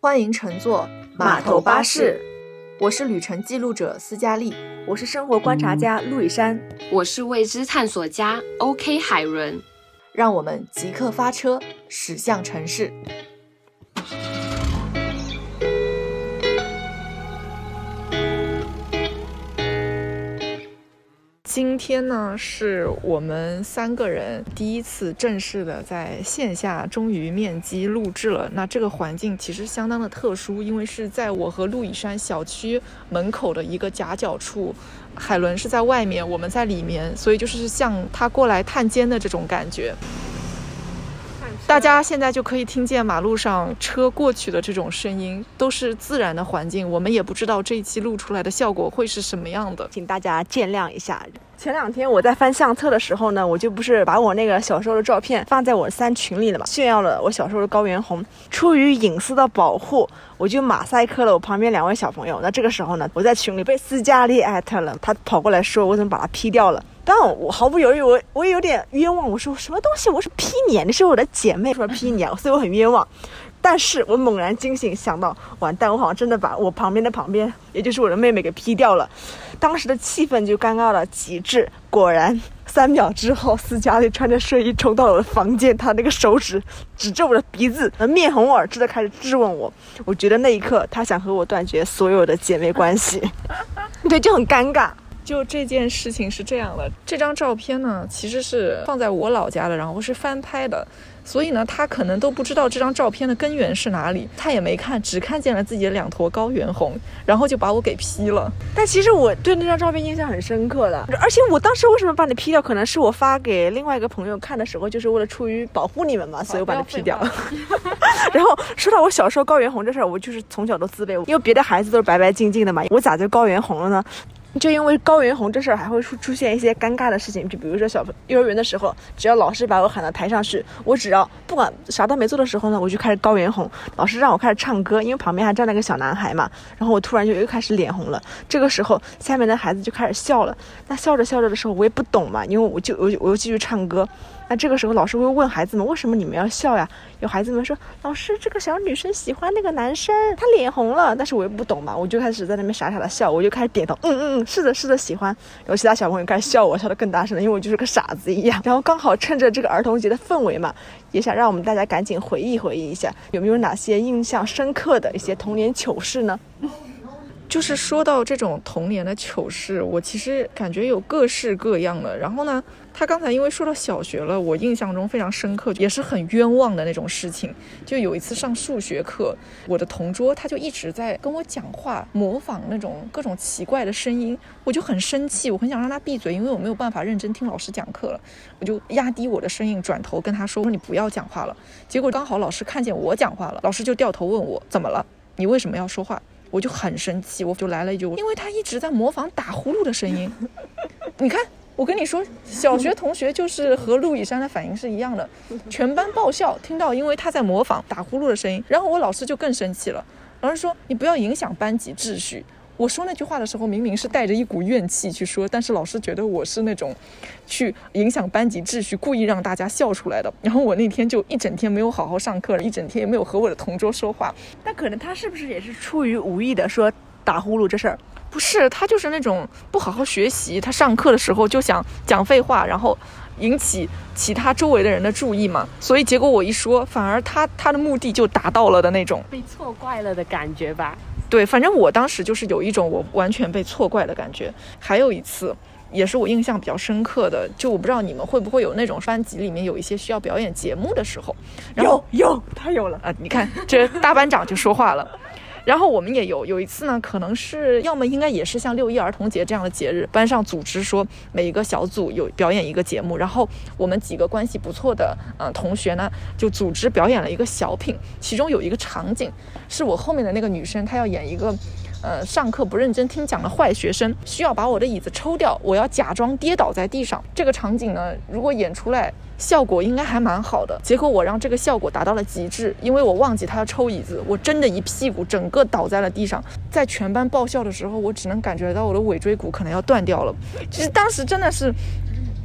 欢迎乘坐码头巴士。 我是旅程记录者斯嘉丽， 我是生活观察家陆以山， 我是未知探索家 OK 海伦。 让我们即刻发车，驶向城市。今天呢，是我们3个人第一次正式的在线下终于面基录制了。那这个环境其实相当的特殊，因为是在我和陆以山小区门口的一个夹角处，海伦是在外面，我们在里面，所以就是像他过来探监的这种感觉。大家现在就可以听见马路上车过去的这种声音，都是自然的环境，我们也不知道这一期录出来的效果会是什么样的， 请大家见谅一下。前2天我在翻相册的时候呢，我就不是把我那个小时候的照片放在我3群里了嘛，炫耀了我小时候的高原红。出于隐私的保护，我就马赛克了我旁边2位小朋友。那这个时候呢，我在群里被斯嘉丽艾特了，他跑过来说我怎么把他 P 掉了。但我毫不犹豫，我也有点冤枉，我说什么东西，我是 P 你，你是我的姐妹，说 P 你，所以我很冤枉。但是我猛然惊醒，想到完蛋，我好像真的把我旁边，也就是我的妹妹给 P 掉了。当时的气氛就尴尬了极致。果然3秒之后，斯嘉丽穿着睡衣冲到了我的房间，她那个手指指着我的鼻子，面红耳赤的开始质问我。我觉得那一刻她想和我断绝所有的姐妹关系对，就很尴尬。 就这件事情是这样的，这张照片呢其实是放在我老家的，然后是翻拍的，所以呢他可能都不知道这张照片的根源是哪里，他也没看，只看见了自己的2坨高原红，然后就把我给 P 了。 但其实我对那张照片印象很深刻的，而且我当时为什么把你 P 掉，可能是我发给另外一个朋友看的时候，就是为了出于保护你们嘛，所以我把你 P 掉了然后说到我小时候高原红这事儿，我就是从小都自卑，因为别的孩子都是白白净净的嘛，我咋就高原红了呢？就因为高原红这事儿还会出现一些尴尬的事情，就比如说幼儿园的时候，只要老师把我喊到台上去，我只要不管啥都没做的时候呢，我就开始高原红。老师让我开始唱歌，因为旁边还站了个小男孩嘛，然后我突然就又开始脸红了。这个时候下面的孩子就开始笑了，那笑着的时候我也不懂嘛，因为我又继续唱歌。那这个时候老师会问孩子们，为什么你们要笑呀？有孩子们说，老师，这个小女生喜欢那个男生，她脸红了。但是我也不懂嘛，我就开始在那边傻傻的笑，我就开始点头，是的喜欢。然后其他小朋友开始笑我，笑得更大声了，因为我就是个傻子一样。然后刚好趁着这个儿童节的氛围嘛，也想让我们大家赶紧回忆一下，有没有哪些印象深刻的一些童年糗事呢？ 就是说到这种童年的糗事，我其实感觉有各式各样的。然后呢，他刚才因为说到小学了，我印象中非常深刻，也是很冤枉的那种事情。就有一次上数学课，我的同桌他就一直在跟我讲话，模仿那种各种奇怪的声音，我就很生气，我很想让他闭嘴，因为我没有办法认真听老师讲课了。我就压低我的声音，转头跟他说你不要讲话了。结果刚好老师看见我讲话了，老师就掉头问我怎么了，你为什么要说话？我就很生气，我就来了一句，因为他一直在模仿打呼噜的声音你看，我跟你说，小学同学就是和陆以山的反应是一样的，全班爆笑，听到因为他在模仿打呼噜的声音。然后我老师就更生气了，老师说你不要影响班级秩序。我说那句话的时候明明是带着一股怨气去说，但是老师觉得我是那种去影响班级秩序，故意让大家笑出来的。然后我那天就一整天没有好好上课，一整天也没有和我的同桌说话。 那可能他是不是也是出于无意的说打呼噜这事儿？ 不是，他就是那种不好好学习，他上课的时候就想讲废话，然后引起其他周围的人的注意嘛，所以结果我一说，反而他的目的就达到了的那种， 被错怪了的感觉吧。 对，反正我当时就是有一种我完全被错怪的感觉。还有一次也是我印象比较深刻的，就我不知道你们会不会有那种班级里面有一些需要表演节目的时候，然后太有了你看这大班长就说话了然后我们也有一次呢，可能是要么应该也是像6·1儿童节这样的节日，班上组织说每一个小组有表演一个节目，然后我们几个关系不错的同学呢就组织表演了一个小品，其中有一个场景是我后面的那个女生，她要演一个上课不认真听讲的坏学生，需要把我的椅子抽掉，我要假装跌倒在地上。这个场景呢，如果演出来效果应该还蛮好的，结果我让这个效果达到了极致，因为我忘记他要抽椅子，我真的一屁股整个倒在了地上。在全班爆笑的时候，我只能感觉到我的尾椎骨可能要断掉了。其实当时真的是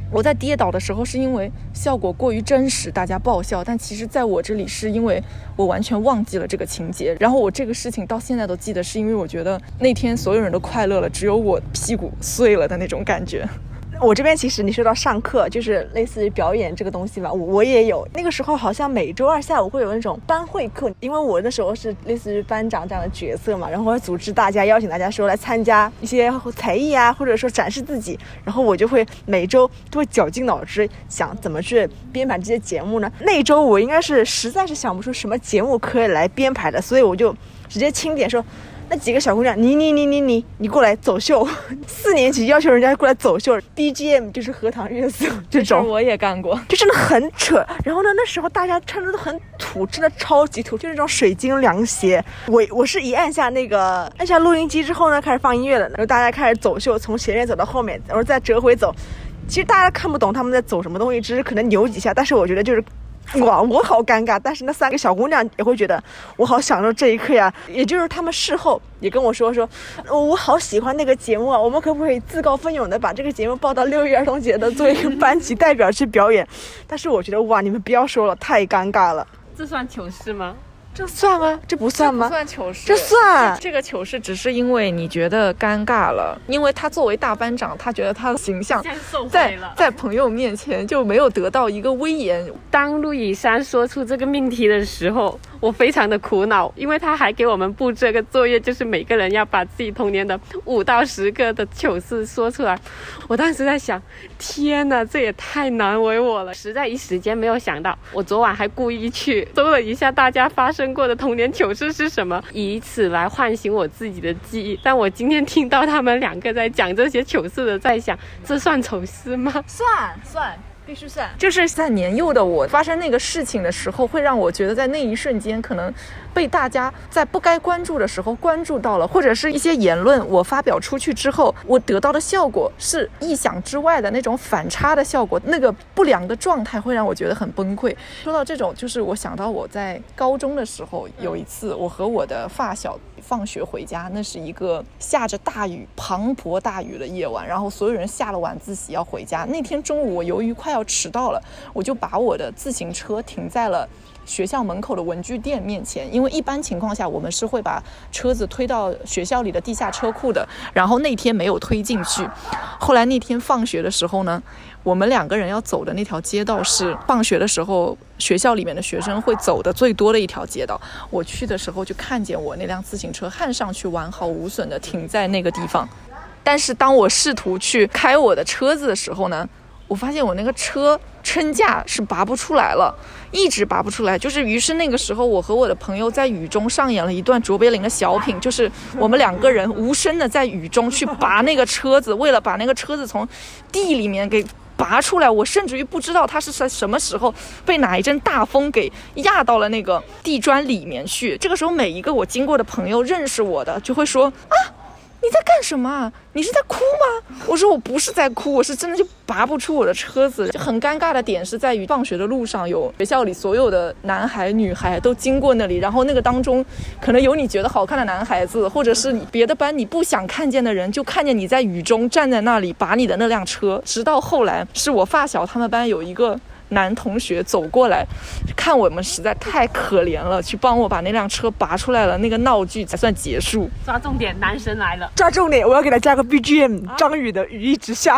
我在跌倒的时候是因为效果过于真实，大家爆笑，但其实在我这里是因为我完全忘记了这个情节，然后我这个事情到现在都记得，是因为我觉得那天所有人都快乐了，只有我屁股碎了的那种感觉。 我这边其实你说到上课，就是类似于表演这个东西吧，我也有。那个时候好像每周二下午会有那种班会课，因为我那时候是类似于班长这样的角色嘛，然后会组织大家，邀请大家说来参加一些才艺啊，或者说展示自己，然后我就会每周都会绞尽脑汁想怎么去编排这些节目呢。那一周我应该是实在是想不出什么节目可以来编排的，所以我就直接清点说，那几个小姑娘，你过来走秀。4年级要求人家过来走秀 ，BGM 就是荷塘月色这种， 我也干过， 就真的很扯。然后呢，那时候大家穿的都很土，真的超级土，就那种水晶凉鞋。我是一按下录音机之后呢，开始放音乐了，然后大家开始走秀，从前面走到后面，然后再折回走。其实大家看不懂他们在走什么东西，只是可能扭几下，但是我觉得就是哇，我好尴尬，但是那3个小姑娘也会觉得我好享受这一刻呀。也就是他们事后也跟我说，我好喜欢那个节目啊，我们可不可以自告奋勇的把这个节目报到6一儿童节的作为一个班级代表去表演？但是我觉得哇，你们不要说了，太尴尬了。 这算糗事吗？ 这算吗？这不算吗？ 这不算糗事， 这算。 这个糗事只是因为你觉得尴尬了，因为他作为大班长，他觉得他的形象在朋友面前就没有得到一个威严。 当陆以山说出这个命题的时候，我非常的苦恼，因为他还给我们布这个作业，就是每个人要把自己童年的5到10个的糗事说出来。我当时在想，天哪，这也太难为我了，实在一时间没有想到。我昨晚还故意去搜了一下大家发生过的童年糗事是什么，以此来唤醒我自己的记忆。但我今天听到他们2个在讲这些糗事的，在想，这算糗事吗？ 算必须算。 就是在年幼的我发生那个事情的时候，会让我觉得在那一瞬间可能被大家在不该关注的时候关注到了，或者是一些言论我发表出去之后，我得到的效果是意想之外的那种反差的效果，那个不良的状态会让我觉得很崩溃。说到这种，就是我想到我在高中的时候，有一次我和我的发小放学回家，那是一个下着大雨磅礴大雨的夜晚，然后所有人下了晚自习要回家。那天中午我由于快要迟到了，我就把我的自行车停在了学校门口的文具店面前，因为一般情况下我们是会把车子推到学校里的地下车库的，然后那天没有推进去。后来那天放学的时候呢，我们2个人要走的那条街道是放学的时候学校里面的学生会走的最多的一条街道。我去的时候就看见我那辆自行车看上去完好无损的停在那个地方，但是当我试图去开我的车子的时候呢，我发现我那个车撑架是拔不出来了，一直拔不出来。就是于是那个时候我和我的朋友在雨中上演了一段卓别林的小品，就是我们2个人无声的在雨中去拔那个车子，为了把那个车子从地里面给拔出来。我甚至于不知道它是在什么时候被哪一阵大风给压到了那个地砖里面去。这个时候每一个我经过的朋友认识我的就会说，啊，你在干什么？你是在哭吗？我说我不是在哭，我是真的就拔不出我的车子。就很尴尬的点是在于放学的路上有学校里所有的男孩女孩都经过那里，然后那个当中可能有你觉得好看的男孩子，或者是你别的班你不想看见的人，就看见你在雨中站在那里拔你的那辆车。直到后来是我发小他们班有一个男同学走过来，看我们实在太可怜了，去帮我把那辆车拔出来了，那个闹剧才算结束。 抓重点，男生来了。 抓重点，我要给他加个 BGM，张宇的《雨一直下》。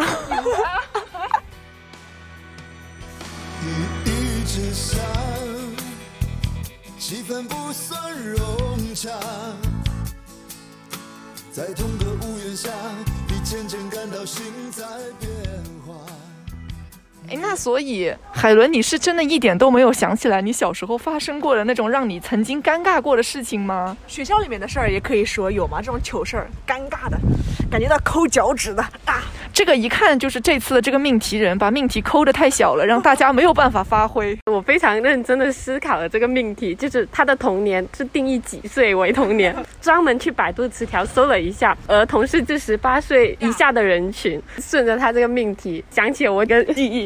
雨一直下，气氛不算融洽，在同个屋檐下，你渐渐感到心在变化。 那所以海伦，你是真的一点都没有想起来你小时候发生过的那种让你曾经尴尬过的事情吗？ 学校里面的事儿也可以说有吗？这种糗事儿，尴尬的感觉到抠脚趾的啊！ 这个一看就是这次的这个命题人把命题抠得太小了，让大家没有办法发挥。 我非常认真的思考了这个命题，就是他的童年是定义几岁为童年，专门去百度词条搜了一下，儿童是指18岁以下的人群。顺着他这个命题，想起了我一个记忆，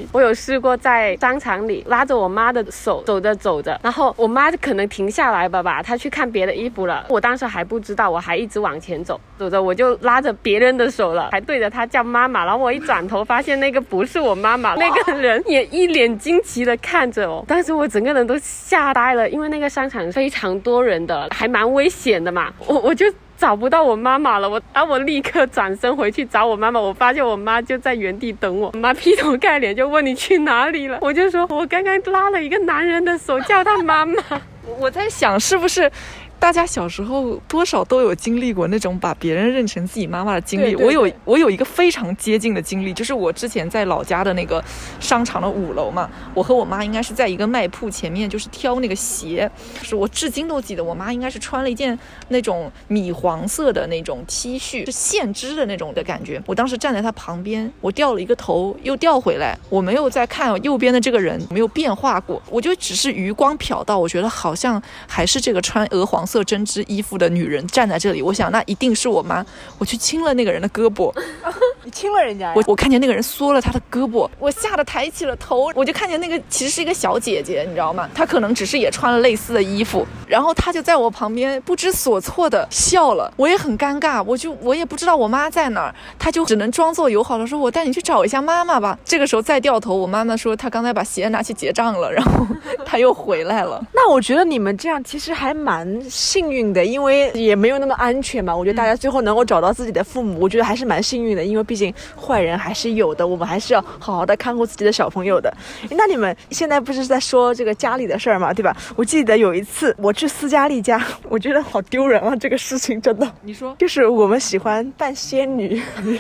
题。我有试过在商场里拉着我妈的手走着走着，然后我妈可能停下来吧，她去看别的衣服了。我当时还不知道，我还一直往前走，走着我就拉着别人的手了，还对着她叫妈妈。然后我一转头发现那个不是我妈妈，那个人也一脸惊奇的看着我。当时我整个人都吓呆了，因为那个商场非常多人的，还蛮危险的嘛。我就找不到我妈妈了，我立刻转身回去找我妈妈，我发现我妈就在原地等我。我妈劈头盖脸就问你去哪里了，我就说我刚刚拉了一个男人的手叫他妈妈。 我在想是不是大家小时候多少都有经历过那种把别人认成自己妈妈的经历。我有一个非常接近的经历，就是我之前在老家的那个商场的5楼嘛，我和我妈应该是在一个卖铺前面，就是挑那个鞋，就是我至今都记得，我妈应该是穿了一件那种米黄色的那种 T 恤，是线织的那种的感觉。我当时站在她旁边，我掉了一个头又掉回来，我没有在看右边的这个人，没有变化过，我就只是余光瞟到，我觉得好像还是这个穿鹅黄色针织衣服的女人站在这里，我想那一定是我妈。我去亲了那个人的胳膊。 你亲了人家呀？ 我看见那个人缩了他的胳膊，我吓得抬起了头，我就看见那个其实是一个小姐姐，你知道吗？她可能只是也穿了类似的衣服，然后她就在我旁边不知所措的笑了，我也很尴尬，我也不知道我妈在哪儿，她就只能装作友好的说我带你去找一下妈妈吧。这个时候再掉头，我妈妈说她刚才把鞋拿去结账了，然后她又回来了。 那我觉得你们这样其实还蛮幸运的，因为也没有那么安全嘛。我觉得大家最后能够找到自己的父母，我觉得还是蛮幸运的，因为毕竟坏人还是有的，我们还是要好好的看顾自己的小朋友的。那你们现在不是在说这个家里的事儿嘛，对吧？我记得有一次我去斯嘉丽家，我觉得好丢人啊，这个事情真的。 你说， 就是我们喜欢扮仙女。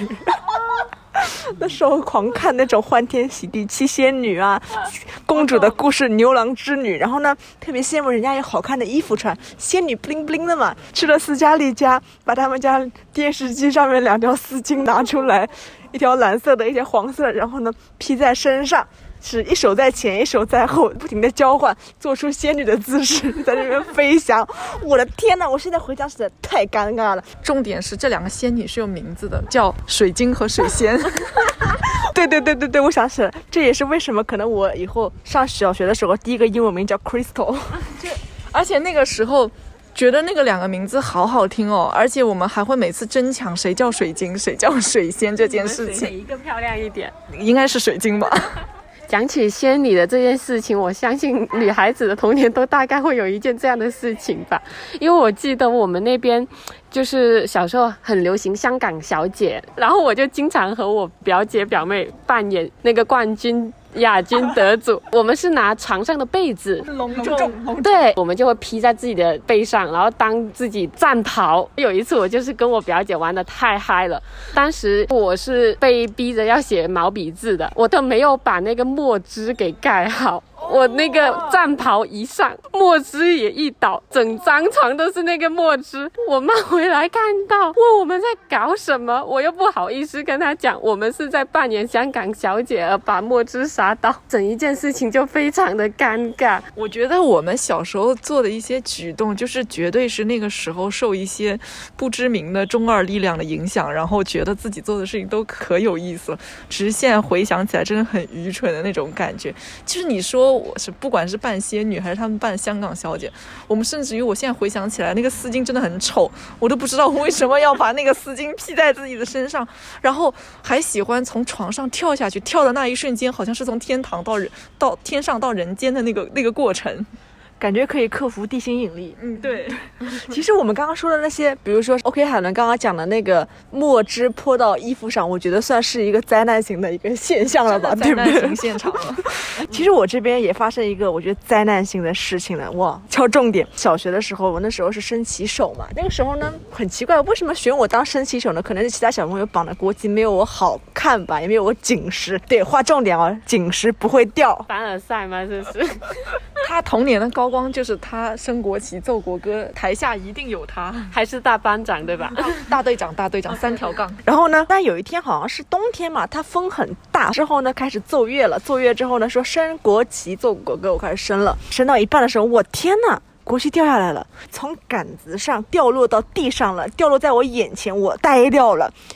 那时候狂看那种欢天喜地七仙女啊，公主的故事，牛郎织女，然后呢特别羡慕人家有好看的衣服穿，仙女 bling bling 的嘛。去了斯嘉丽家，把他们家电视机上面2条丝巾拿出来，一条蓝色的，一条黄色的，然后呢披在身上，是一手在前一手在后，不停的交换，做出仙女的姿势，在这边飞翔。我的天哪，我现在回想起来太尴尬了。 重点是这2个仙女是有名字的，叫水晶和水仙。 对，我想起来，这也是为什么可能我以后上小学的时候第一个英文名叫 Crystal。 而且那个时候觉得那个2个名字好好听哦，而且我们还会每次争抢谁叫水晶谁叫水仙这件事情。 哪一个漂亮一点？ 应该是水晶吧。 讲起仙女的这件事情，我相信女孩子的童年都大概会有一件这样的事情吧。因为我记得我们那边就是小时候很流行香港小姐，然后我就经常和我表姐表妹扮演那个冠军亚军得主。我们是拿床上的被子隆重， 对，我们就会披在自己的背上，然后当自己战袍。有一次我就是跟我表姐玩的太嗨了，当时我是被逼着要写毛笔字的，我都没有把那个墨汁给盖好，我那个战袍一上，墨汁也一倒，整张床都是那个墨汁。我妈回来看到，问我们在搞什么，我又不好意思跟她讲，我们是在扮演香港小姐而把墨汁洒倒，整一件事情就非常的尴尬。 我觉得我们小时候做的一些举动，就是绝对是那个时候受一些不知名的中二力量的影响，然后觉得自己做的事情都可有意思了，只是现在回想起来真的很愚蠢的那种感觉。其实你说我是不管是扮仙女还是他们扮香港小姐，我们甚至于我现在回想起来，那个丝巾真的很丑，我都不知道我为什么要把那个丝巾披在自己的身上，然后还喜欢从床上跳下去，跳的那一瞬间好像是从天堂到天上到人间的那个过程。 感觉可以克服地心引力。 对。 其实我们刚刚说的那些，比如说 OK 海伦刚刚讲的那个墨汁泼到衣服上，我觉得算是一个灾难型的一个现象了吧，对不对？ 灾难型现场了。 其实我这边也发生一个我觉得灾难性的事情了，哇，敲重点。小学的时候，我那时候是升旗手嘛，那个时候呢很奇怪，为什么选我当升旗手呢？可能是其他小朋友绑的国旗没有我好看吧，也没有我紧实。对，划重点哦，紧实不会掉。 凡尔赛吗？这是。 他童年的高光就是他升国旗奏国歌，台下一定有他， 还是大班长对吧？ 大队长3条杠。 然后呢，但有一天好像是冬天嘛，它风很大，之后呢开始奏乐了，奏乐之后呢说升国旗奏国歌，我开始升了，升到一半的时候，我天哪，国旗掉下来了，从杆子上掉落到地上了，掉落在我眼前，我呆掉了。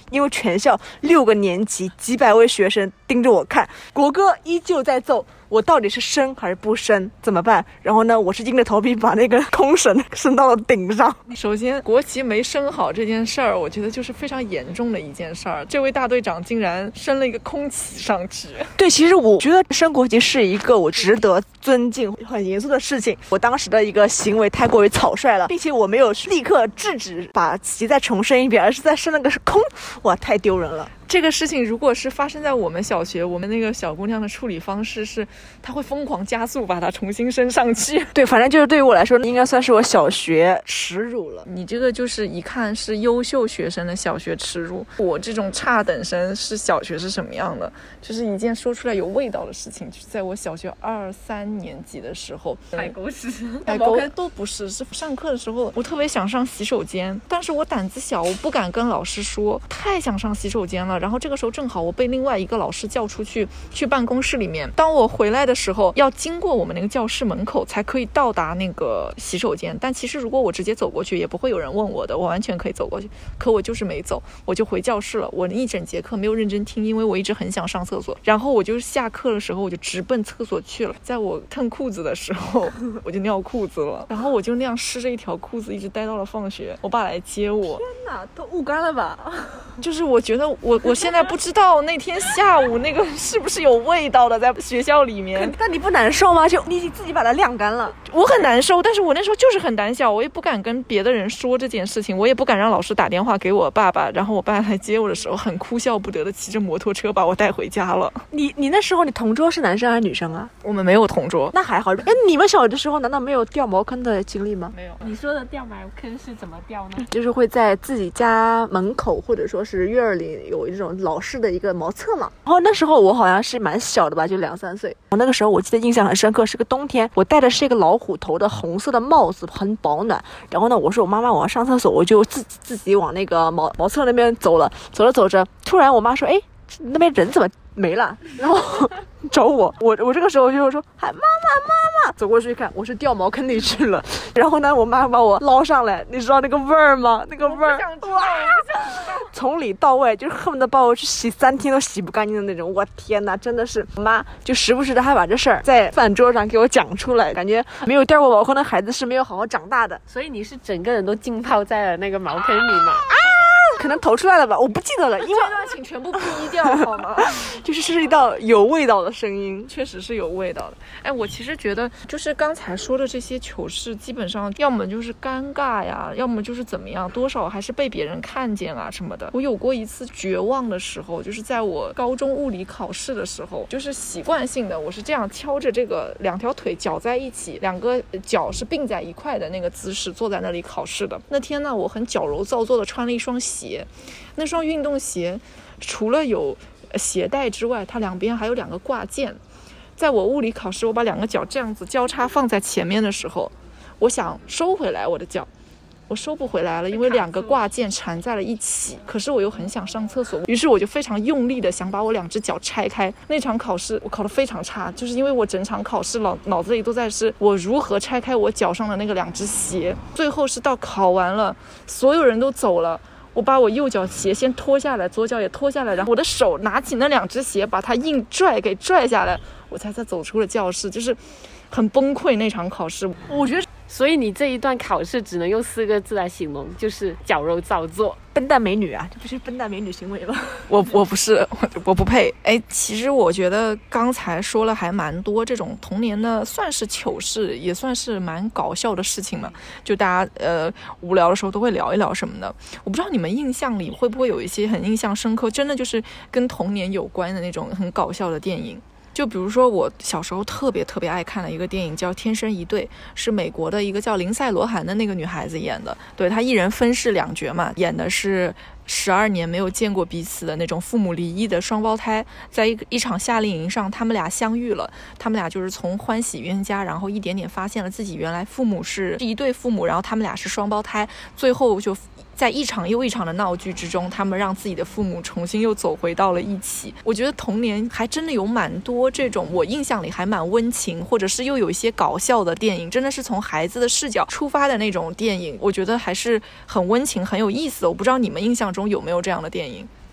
因为全校6个年级几百位学生盯着我看，国歌依旧在奏，我到底是升还是不升，怎么办？然后呢，我是硬着头皮把那个空绳升到了顶上。 首先，国旗没升好这件事儿，我觉得就是非常严重的一件事儿。这位大队长竟然升了一个空旗上去。 对，其实我觉得升国旗是一个我值得尊敬、很严肃的事情。我当时的一个行为太过于草率了，并且我没有立刻制止把旗再重升一遍，而是再升了个空，哇，太丢人了。 这个事情如果是发生在我们小学，我们那个小姑娘的处理方式是，她会疯狂加速把它重新升上去。 对，反正就是对于我来说，应该算是我小学耻辱了。 你这个就是一看是优秀学生的小学耻辱，我这种差等生是小学是什么样的？就是一件说出来有味道的事情，就是在我小学2、3年级的时候， 采狗屎， 采狗都不是，是上课的时候，我特别想上洗手间，但是我胆子小，我不敢跟老师说，太想上洗手间了。然后这个时候正好我被另外一个老师叫出去办公室里面。当我回来的时候，要经过我们那个教室门口才可以到达那个洗手间。但其实如果我直接走过去，也不会有人问我的，我完全可以走过去。可我就是没走，我就回教室了。我一整节课没有认真听，因为我一直很想上厕所。然后我就下课的时候，我就直奔厕所去了。在我腾裤子的时候，我就尿裤子了。然后我就那样湿着一条裤子，一直待到了放学。我爸来接我。 天哪，都捂干了吧？ 就是我觉得我现在不知道那天下午那个是不是有味道的在学校里面。 但你不难受吗？就你自己把它晾干了。 我很难受，但是我那时候就是很胆小，我也不敢跟别的人说这件事情，我也不敢让老师打电话给我爸爸。然后我爸来接我的时候，很哭笑不得的骑着摩托车把我带回家了。 你那时候你同桌是男生还是女生啊？ 我们没有同桌。 那还好。哎，你们小的时候难道没有掉茅坑的经历吗？ 没有。 你说的掉茅坑是怎么掉呢？ 就是会在自己家门口或者说是院儿里有一种老式的一个茅厕嘛。然后那时候我好像是蛮小的吧，就2、3岁。我那个时候我记得印象很深刻，是个冬天，我戴的是一个老虎头的红色的帽子，很保暖。然后呢，我说我妈妈我要上厕所，我就自己往那个茅厕那边走了。走着，突然我妈说：“哎，那边人怎么没了？”然后找我这个时候就说喊妈妈，走过去看，我是掉茅坑里去了。然后呢，我妈把我捞上来，你知道那个味儿吗？那个味儿，哇！从里到外就是恨不得把我去洗3天都洗不干净的那种。我天哪，真的是，我妈就时不时的还把这事儿在饭桌上给我讲出来，感觉没有掉过茅坑的孩子是没有好好长大的。 所以你是整个人都浸泡在了那个茅坑里嘛？ 可能投出来了吧，我不记得了，因为这段请全部逼掉好吗？ 就是是一道有味道的声音， 确实是有味道的。哎，我其实觉得就是刚才说的这些糗事，基本上要么就是尴尬呀，要么就是怎么样，多少还是被别人看见啊什么的。我有过一次绝望的时候，就是在我高中物理考试的时候，就是习惯性的我是这样敲着这个2条腿绞在一起，2个脚是并在一块的那个姿势坐在那里考试的。那天呢，我很矫揉造作的穿了一双鞋，那双运动鞋除了有鞋带之外，它两边还有2个挂件。在我物理考试，我把2个脚这样子交叉放在前面的时候，我想收回来我的脚，我收不回来了，因为2个挂件缠在了一起。可是我又很想上厕所，于是我就非常用力的想把我2只脚拆开。那场考试我考得非常差，就是因为我整场考试脑子里都在是我如何拆开我脚上的那个2只鞋。最后是到考完了，所有人都走了，我把我右脚鞋先脱下来，左脚也脱下来，然后我的手拿起那2只鞋，把它硬给拽下来，我才走出了教室。就是很崩溃那场考试。 我觉得， 所以你这一段考试只能用4个字来形容，就是矫揉造作。 笨蛋美女啊，这不是笨蛋美女行为吗？ 我不是，我不配。哎，其实我觉得刚才说了还蛮多这种童年的算是糗事，也算是蛮搞笑的事情嘛。就大家无聊的时候都会聊一聊什么的。我不知道你们印象里会不会有一些很印象深刻，真的就是跟童年有关的那种很搞笑的电影。就比如说我小时候特别爱看的一个电影叫《天生一对》，是美国的一个叫林赛罗韩的那个女孩子演的。对，她一人分饰2角嘛，演的是12年没有见过彼此的那种父母离异的双胞胎，在一场夏令营上他们俩相遇了。他们俩就是从欢喜冤家，然后一点点发现了自己原来父母是一对父母，然后他们俩是双胞胎，最后就在一场又一场的闹剧之中，他们让自己的父母重新又走回到了一起。我觉得童年还真的有蛮多这种我印象里还蛮温情，或者是又有一些搞笑的电影，真的是从孩子的视角出发的那种电影，我觉得还是很温情很有意思的。我不知道你们印象中有没有这样的电影？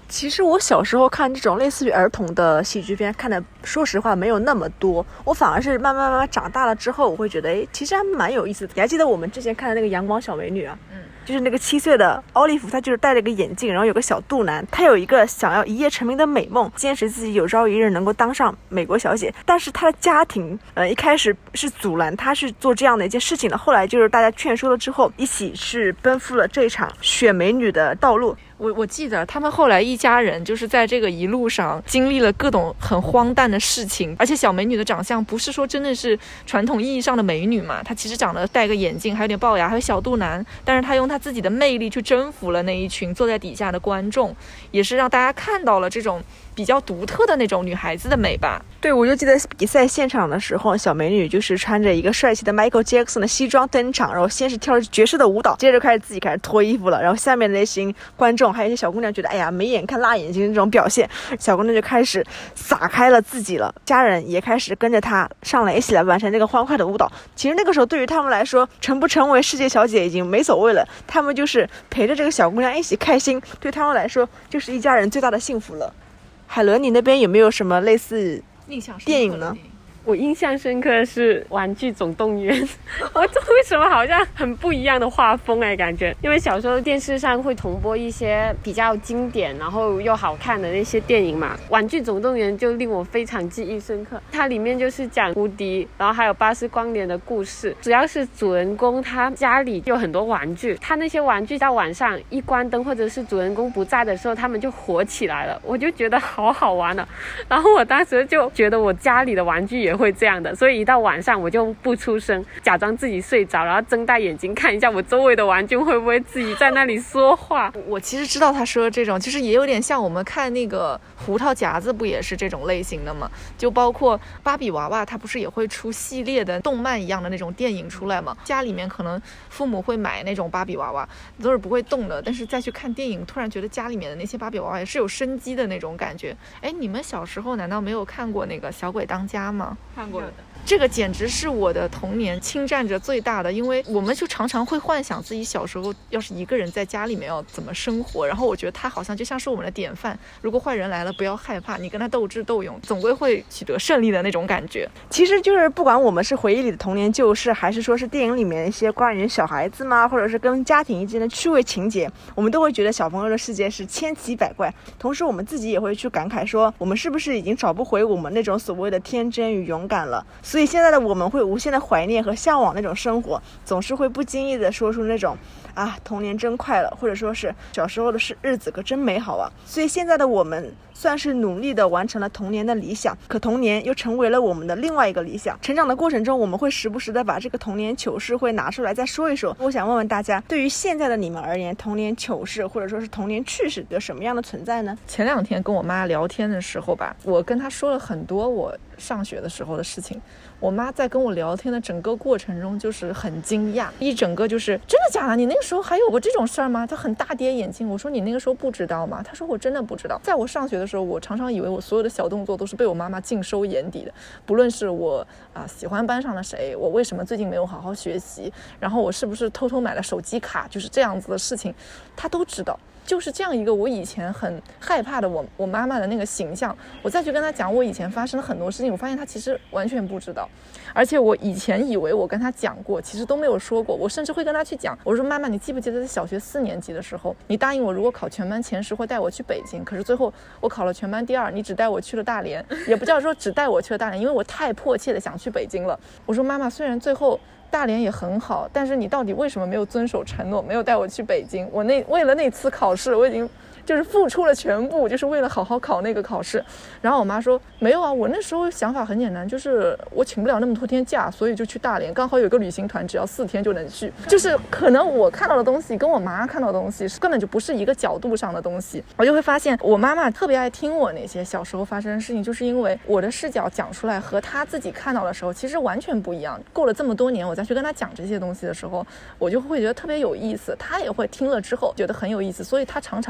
其实我小时候看这种类似于儿童的喜剧片，看的说实话没有那么多，我反而是慢慢长大了之后，我会觉得其实还蛮有意思的。你还记得我们之前看的那个阳光小美女啊？就是那个7岁的奥利弗，她就是戴了个眼镜，然后有个小肚腩，她有一个想要一夜成名的美梦，坚持自己有朝一日能够当上美国小姐。但是她的家庭一开始是阻拦她去做这样的一件事情的，后来就是大家劝说了之后，一起是奔赴了这一场选美女的道路。 我记得他们后来一家人就是在这个一路上经历了各种很荒诞的事情，而且小美女的长相不是说真的是传统意义上的美女嘛，她其实长得戴个眼镜，还有点龅牙，还有小肚腩，但是她用她自己的魅力去征服了那一群坐在底下的观众，也是让大家看到了这种比较独特的那种女孩子的美吧。 对，我就记得比赛现场的时候，小美女就是穿着一个帅气的 Michael Jackson 的西装登场，然后先是跳爵士的舞蹈，接着自己开始脱衣服了，然后下面的那群观众还有一些小姑娘觉得哎呀没眼看辣眼睛这种表现，小姑娘就开始撒开了自己了，家人也开始跟着她上来一起来完成这个欢快的舞蹈。其实那个时候对于他们来说，成不成为世界小姐已经没所谓了，他们就是陪着这个小姑娘一起开心，对他们来说就是一家人最大的幸福了。海伦，你那边有没有什么类似电影呢？ 我印象深刻的是《玩具总动员》我为什么好像很不一样的画风感觉，因为小时候电视上会重播一些比较经典然后又好看的那些电影嘛，《玩具总动员》就令我非常记忆深刻。它里面就是讲胡迪然后还有巴斯光年的故事，主要是主人公他家里有很多玩具，他那些玩具到晚上一关灯或者是主人公不在的时候他们就活起来了，我就觉得好好玩了。然后我当时就觉得我家里的玩具也会这样的，所以一到晚上我就不出声，假装自己睡着，然后睁大眼睛看一下我周围的玩具会不会自己在那里说话。 我其实知道他说的这种其实也有点像我们看那个胡桃夹子不也是这种类型的吗？就包括芭比娃娃它不是也会出系列的动漫一样的那种电影出来吗？家里面可能父母会买那种芭比娃娃都是不会动的，但是再去看电影突然觉得家里面的那些芭比娃娃也是有生机的那种感觉。哎，你们小时候难道没有看过那个小鬼当家吗？ 看过的。 这个简直是我的童年侵占着最大的，因为我们就常常会幻想自己小时候要是一个人在家里面要怎么生活，然后我觉得他好像就像是我们的典范，如果坏人来了不要害怕，你跟他斗智斗勇总归会取得胜利的那种感觉。 其实就是不管我们是回忆里的童年旧事，还是说是电影里面一些关于小孩子嘛，或者是跟家庭之间的趣味情节，我们都会觉得小朋友的世界是千奇百怪，同时我们自己也会去感慨说我们是不是已经找不回我们那种所谓的天真与勇敢了。所以现在的我们会无限的怀念和向往那种生活，总是会不经意的说出那种童年真快乐，或者说是小时候的日子可真美好啊。所以现在的我们算是努力的完成了童年的理想，可童年又成为了我们的另外一个理想。成长的过程中，我们会时不时的把这个童年糗事会拿出来再说一说。我想问问大家，对于现在的你们而言，童年糗事或者说是童年趣事有什么样的存在呢？ 前2天跟我妈聊天的时候吧，我跟她说了很多我上学的时候的事情，我妈在跟我聊天的整个过程中就是很惊讶，一整个就是真的假的，你那个时候还有过这种事儿吗？她很大跌眼镜。我说你那个时候不知道吗？她说我真的不知道。在我上学的时候，我常常以为我所有的小动作都是被我妈妈尽收眼底的，不论是我喜欢班上的谁，我为什么最近没有好好学习，然后我是不是偷偷买了手机卡，就是这样子的事情她都知道。就是这样一个我以前很害怕的我妈妈的那个形象，我再去跟她讲我以前发生了很多事情，我发现她其实完全不知道。而且我以前以为我跟她讲过，其实都没有说过。我甚至会跟她去讲，我说妈妈，你记不记得在小学4年级的时候，你答应我如果考全班前10会带我去北京，可是最后我考了全班第2，你只带我去了大连。也不叫说只带我去了大连，因为我太迫切的想去北京了。我说妈妈，虽然最后大连也很好，但是你到底为什么没有遵守承诺，没有带我去北京？我为了那次考试，我已经就是付出了全部，就是为了好好考那个考试。然后我妈说没有啊，我那时候想法很简单，就是我请不了那么多天假，所以就去大连，刚好有个旅行团，只要4天就能去。就是可能我看到的东西跟我妈看到的东西根本就不是一个角度上的东西。我就会发现我妈妈特别爱听我那些小时候发生的事情，就是因为我的视角讲出来和她自己看到的时候其实完全不一样。过了这么多年，我再去跟她讲这些东西的时候，我就会觉得特别有意思，她也会听了之后觉得很有意思，所以她常常会在家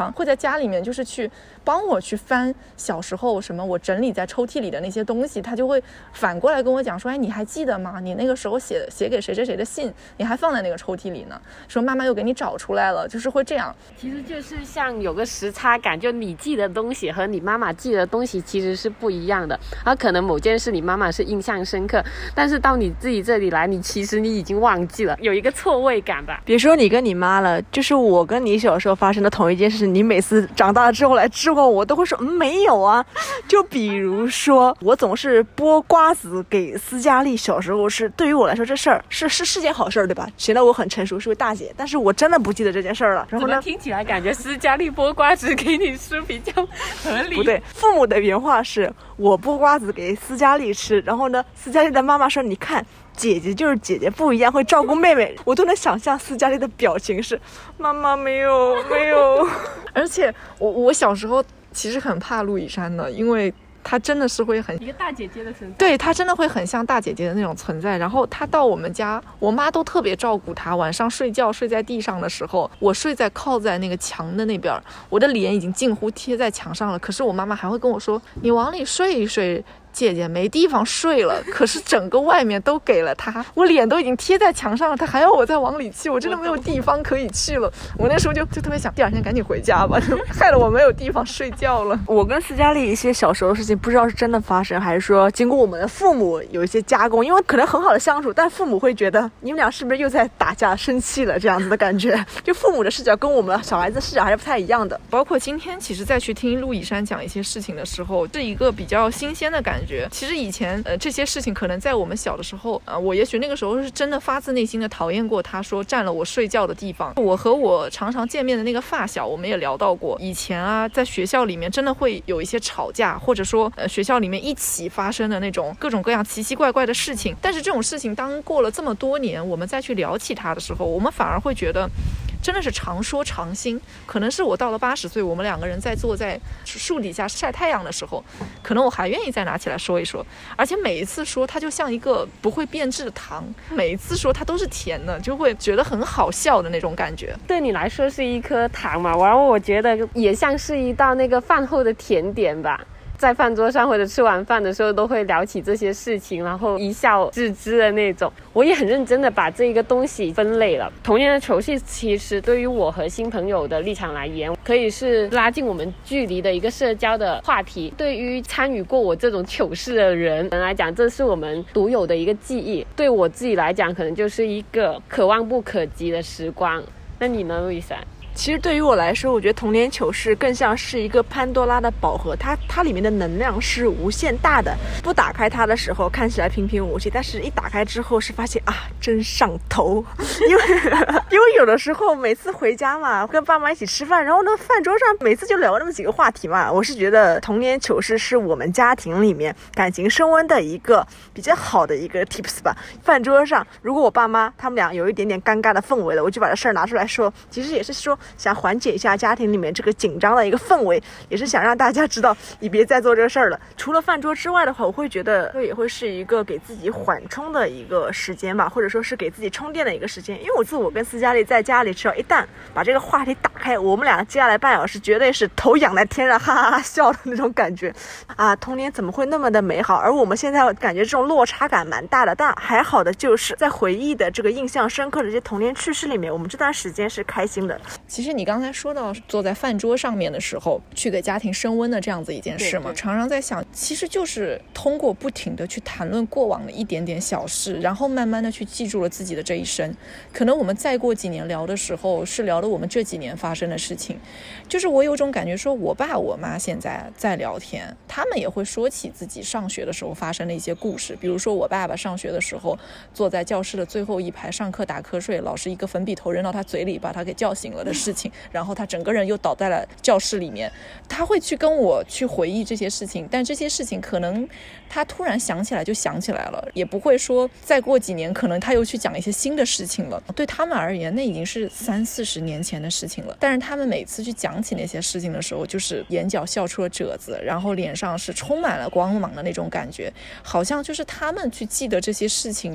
家里面就是去帮我去翻小时候什么我整理在抽屉里的那些东西，他就会反过来跟我讲说，哎，你还记得吗？你那个时候写给谁谁谁的信，你还放在那个抽屉里呢，说妈妈又给你找出来了，就是会这样。 其实就是像有个时差感，就你记的东西和你妈妈记的东西其实是不一样的，而可能某件事你妈妈是印象深刻，但是到你自己这里来，其实你已经忘记了，有一个错位感吧。 别说你跟你妈了，就是我跟你小时候发生的同一件事，你每次长大了之后来质问我，都会说没有啊。就比如说我总是剥瓜子给斯嘉丽，小时候是对于我来说这事儿是件好事儿，对吧？显得我很成熟，是位大姐，但是我真的不记得这件事儿了。然后呢， 听起来感觉斯嘉丽剥瓜子给你吃比较合理。 不对，父母的原话是我剥瓜子给斯嘉丽吃，然后呢，斯嘉丽的妈妈说，你看姐姐就是姐姐不一样，会照顾妹妹。我都能想象斯嘉丽的表情是妈妈没有。 而且我小时候其实很怕陆以珊的，因为她真的是会很一个大姐姐的存在， 对，她真的会很像大姐姐的那种存在。然后她到我们家，我妈都特别照顾她，晚上睡觉睡在地上的时候，我睡在靠在那个墙的那边，我的脸已经近乎贴在墙上了，可是我妈妈还会跟我说，你往里睡一睡，姐姐没地方睡了。可是整个外面都给了她，我脸都已经贴在墙上了，她还要我再往里去，我真的没有地方可以去了。我那时候就特别想第二天赶紧回家吧，害了我没有地方睡觉了。 我跟斯嘉丽一些小时候的事情，不知道是真的发生，还是说经过我们的父母有一些加工，因为可能很好的相处，但父母会觉得你们俩是不是又在打架生气了这样子的感觉。就父母的视角跟我们小孩子的视角还是不太一样的。 包括今天其实再去听陆以珊讲一些事情的时候，是一个比较新鲜的感觉。其实以前这些事情可能在我们小的时候我也许那个时候是真的发自内心的讨厌过他说占了我睡觉的地方。我和我常常见面的那个发小，我们也聊到过，以前在学校里面真的会有一些吵架，或者说学校里面一起发生的那种各种各样奇奇怪怪的事情。但是这种事情当过了这么多年，我们再去聊起它的时候，我们反而会觉得真的是常说常新。可能是我到了80岁，我们两个人在坐在树底下晒太阳的时候，可能我还愿意再拿起来说一说，而且每一次说它就像一个不会变质的糖，每一次说它都是甜的，就会觉得很好笑的那种感觉。 对你来说是一颗糖嘛，然后我觉得也像是一道那个饭后的甜点吧。在饭桌上或者吃完饭的时候都会聊起这些事情，然后一笑置之的那种。我也很认真的把这个东西分类了。童年的糗事其实对于我和新朋友的立场来言，可以是拉近我们距离的一个社交的话题。对于参与过我这种糗事的人来讲，这是我们独有的一个记忆。对我自己来讲，可能就是一个可望不可及的时光。那你呢，路易莎？ 其实对于我来说，我觉得童年糗事更像是一个潘多拉的宝盒，它里面的能量是无限大的。不打开它的时候看起来平平无奇，但是一打开之后是发现真上头。因为有的时候每次回家嘛，跟爸妈一起吃饭，然后呢饭桌上每次就聊那么几个话题嘛。我是觉得童年糗事是我们家庭里面感情升温的一个比较好的一个 tips 吧。饭桌上如果我爸妈他们俩有一点点尴尬的氛围了，我就把这事儿拿出来说，其实也是说想缓解一下家庭里面这个紧张的一个氛围，也是想让大家知道你别再做这个事儿了。除了饭桌之外的话，我会觉得也会是一个给自己缓冲的一个时间吧，或者说是给自己充电的一个时间。因为我跟斯嘉丽在家里只要一旦把这个话题打开，我们俩接下来半小时绝对是头仰在天上哈哈哈笑的那种感觉童年怎么会那么的美好，而我们现在感觉这种落差感蛮大的。但还好的就是在回忆的这个印象深刻的这些童年趣事里面，我们这段时间是开心的。 其实你刚才说到坐在饭桌上面的时候去给家庭升温的这样子一件事嘛，常常在想，其实就是通过不停的去谈论过往的一点点小事，然后慢慢的去记住了自己的这一生。可能我们再过几年聊的时候是聊的我们这几年发生的事情。就是我有种感觉说，我爸我妈现在在聊天，他们也会说起自己上学的时候发生的一些故事。比如说我爸爸上学的时候坐在教室的最后一排上课打瞌睡，老师一个粉笔头扔到他嘴里把他给叫醒了的事情，然后他整个人又倒在了教室里面。他会去跟我去回忆这些事情，但这些事情可能他突然想起来就想起来了，也不会说再过几年可能他又去讲一些新的事情了。对他们而言那已经是30-40年前的事情了，但是他们每次去讲起那些事情的时候，就是眼角笑出了褶子，然后脸上是充满了光芒的那种感觉，好像就是他们去记得这些事情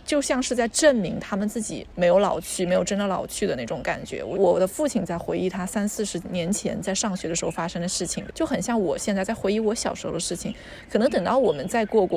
就像是在证明他们自己没有老去，没有真的老去的那种感觉。我的父亲在回忆他30-40年前在上学的时候发生的事情，就很像我现在在回忆我小时候的事情。可能等到我们再过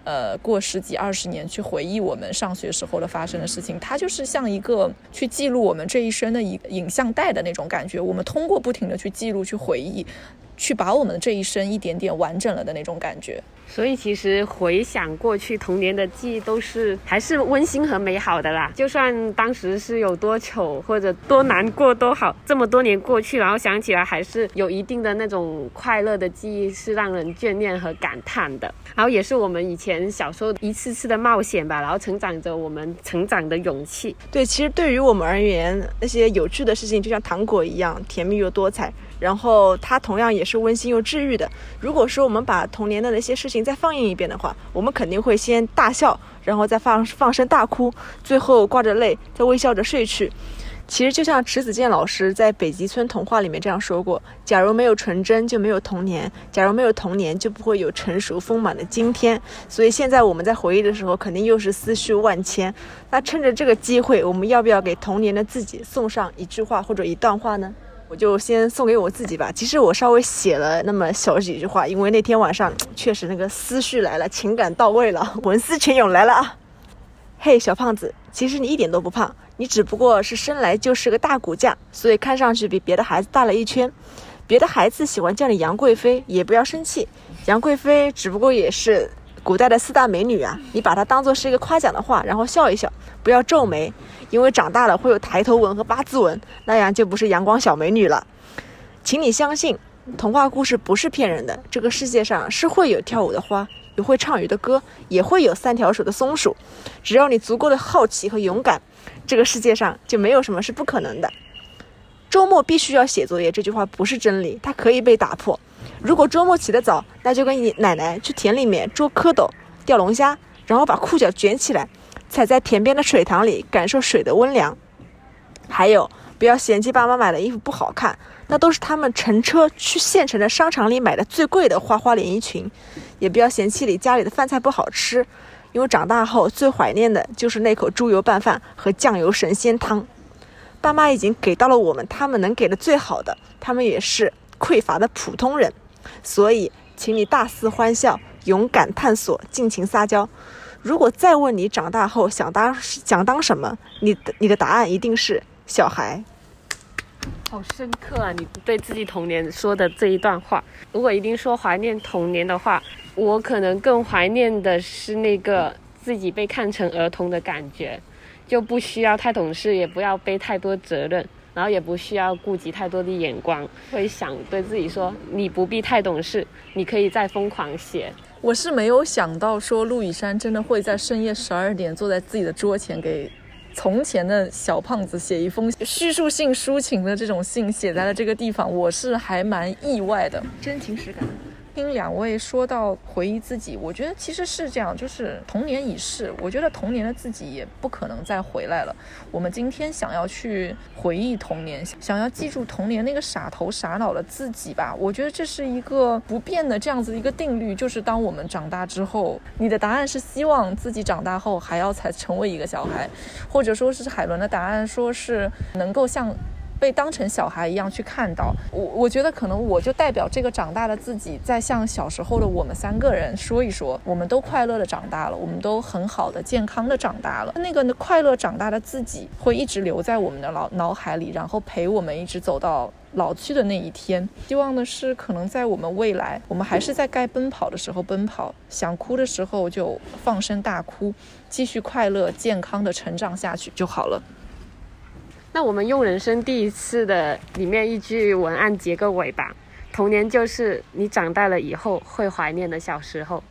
10几20年去回忆我们上学时候的发生的事情，它就是像一个去记录我们这一生的影像带的那种感觉。我们通过不停的去记录去回忆，去把我们这一生一点点完整了的那种感觉。 所以其实回想过去童年的记忆还是温馨和美好的啦，就算当时是有多糗或者多难过都好，这么多年过去，然后想起来还是有一定的那种快乐的记忆，是让人眷恋和感叹的。然后也是我们以前小时候一次次的冒险吧，然后成长着我们成长的勇气。 对，其实对于我们而言，那些有趣的事情就像糖果一样，甜蜜又多彩，然后它同样也是温馨又治愈的。如果说我们把童年的那些事情再放映一遍的话，我们肯定会先大笑，然后再放声大哭，最后挂着泪再微笑着睡去。其实就像迟子建老师在《北极村童话》里面这样说过，假如没有纯真就没有童年，假如没有童年就不会有成熟丰满的今天。所以现在我们在回忆的时候肯定又是思绪万千。那趁着这个机会，我们要不要给童年的自己送上一句话或者一段话呢？我就先送给我自己吧。其实我稍微写了那么小几句话，因为那天晚上确实那个思绪来了，情感到位了，文思泉涌来了啊！嘿，小胖子，其实你一点都不胖，你只不过是生来就是个大骨架，所以看上去比别的孩子大了一圈。别的孩子喜欢叫你杨贵妃，也不要生气，杨贵妃只不过也是古代的4大美女啊，你把它当作是一个夸奖的话，然后笑一笑，不要皱眉，因为长大了会有抬头纹和八字纹，那样就不是阳光小美女了。请你相信，童话故事不是骗人的，这个世界上是会有跳舞的花，有会唱鱼的歌，也会有3条手的松鼠。只要你足够的好奇和勇敢，这个世界上就没有什么是不可能的。周末必须要写作业，这句话不是真理，它可以被打破。如果周末起得早，那就跟你奶奶去田里面捉蝌蚪、钓龙虾，然后把裤脚卷起来，踩在田边的水塘里，感受水的温凉。还有，不要嫌弃爸妈买的衣服不好看，那都是他们乘车去县城的商场里买的最贵的花花连衣裙。也不要嫌弃家里的饭菜不好吃，因为长大后最怀念的就是那口猪油拌饭和酱油神仙汤。爸妈已经给到了我们他们能给的最好的，他们也是匮乏的普通人，所以请你大肆欢笑，勇敢探索，尽情撒娇。如果再问你长大后想当什么，你的答案一定是小孩。 好深刻啊，你对自己童年说的这一段话。如果一定说怀念童年的话，我可能更怀念的是那个自己被看成儿童的感觉，就不需要太懂事，也不要背太多责任，然后也不需要顾及太多的眼光，会想对自己说，你不必太懂事，你可以再疯狂些。 我是没有想到说陆羽山真的会在深夜12点坐在自己的桌前给从前的小胖子写一封叙述性抒情的这种信，写在了这个地方，我是还蛮意外的， 真情实感。 听两位说到回忆自己，我觉得其实是这样，就是童年已逝，我觉得童年的自己也不可能再回来了。我们今天想要去回忆童年，想要记住童年那个傻头傻脑的自己吧，我觉得这是一个不变的这样子一个定律，就是当我们长大之后，你的答案是希望自己长大后还要才成为一个小孩，或者说是海伦的答案说是能够像被当成小孩一样去看到。我觉得可能我就代表这个长大的自己，在向小时候的我们3个人说一说，我们都快乐的长大了，我们都很好的健康的长大了。那个快乐长大的自己会一直留在我们的脑海里，然后陪我们一直走到老去的那一天。希望的是可能在我们未来，我们还是在该奔跑的时候奔跑，想哭的时候就放声大哭，继续快乐健康的成长下去就好了。 那我们用人生第一次的里面一句文案结个尾吧，童年就是你长大了以后会怀念的小时候。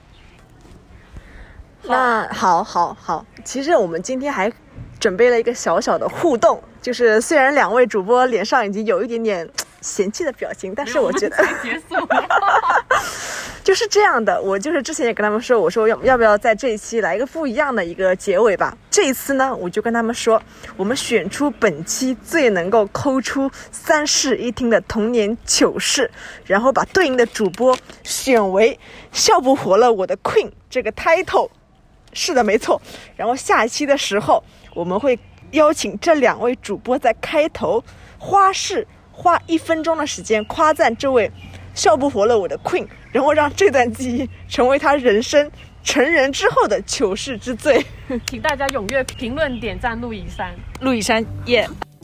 那好，其实我们今天还准备了一个小小的互动，就是虽然2位主播脸上已经有一点点嫌弃的表情，但是我觉得结束了就是这样的。我就是之前也跟他们说，我说要不要在这一期来一个不一样的一个结尾吧。这一次呢，我就跟他们说，我们选出本期最能够抠出3室一厅的童年糗事，然后把对应的主播选为笑不活了我的 Queen 这个 title。 是的，没错。然后下期的时候，我们会邀请这2位主播在开头花1分钟的时间夸赞这位笑不活了我的 Queen， 然后让这段记忆成为他人生成人之后的糗事之最。 请大家踊跃评论、点赞陆以山。 陆以山耶。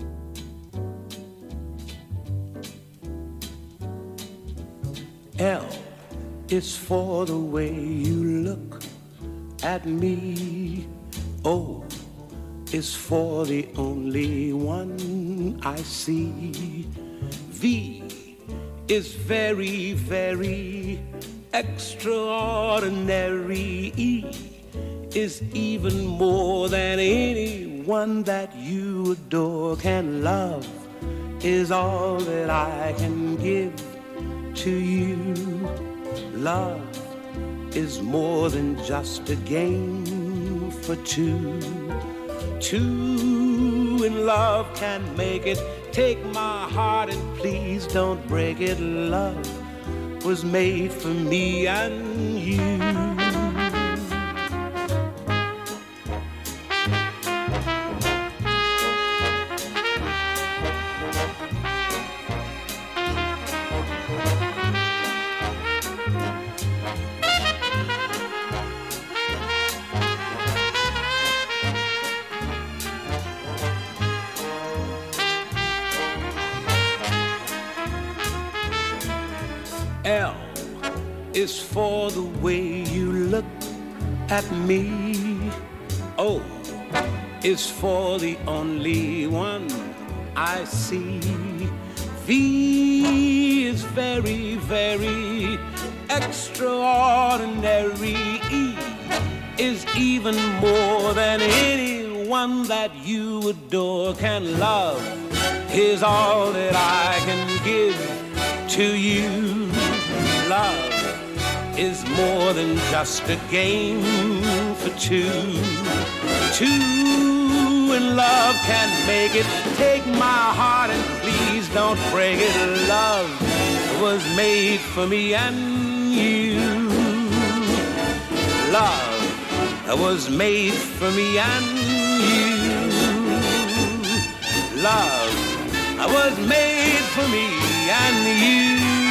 L is for the way you look at me. O is for the only one I see. V is very, very extraordinary. E is even more than anyone that you adore can love, is all that I can give to you. Love is more than just a game for two. Two in love can make it. Take my heart and please don't break it. Love was made for me and you. L is for the way you look at me. O is for the only one I see. V is very, very extraordinary. E is even more than anyone that you adore can love, is all that I can give to you. Love is more than just a game for two. Two in love can make it. Take my heart and please don't break it. Love was made for me and you. Love was made for me and you. Love was made for me and you.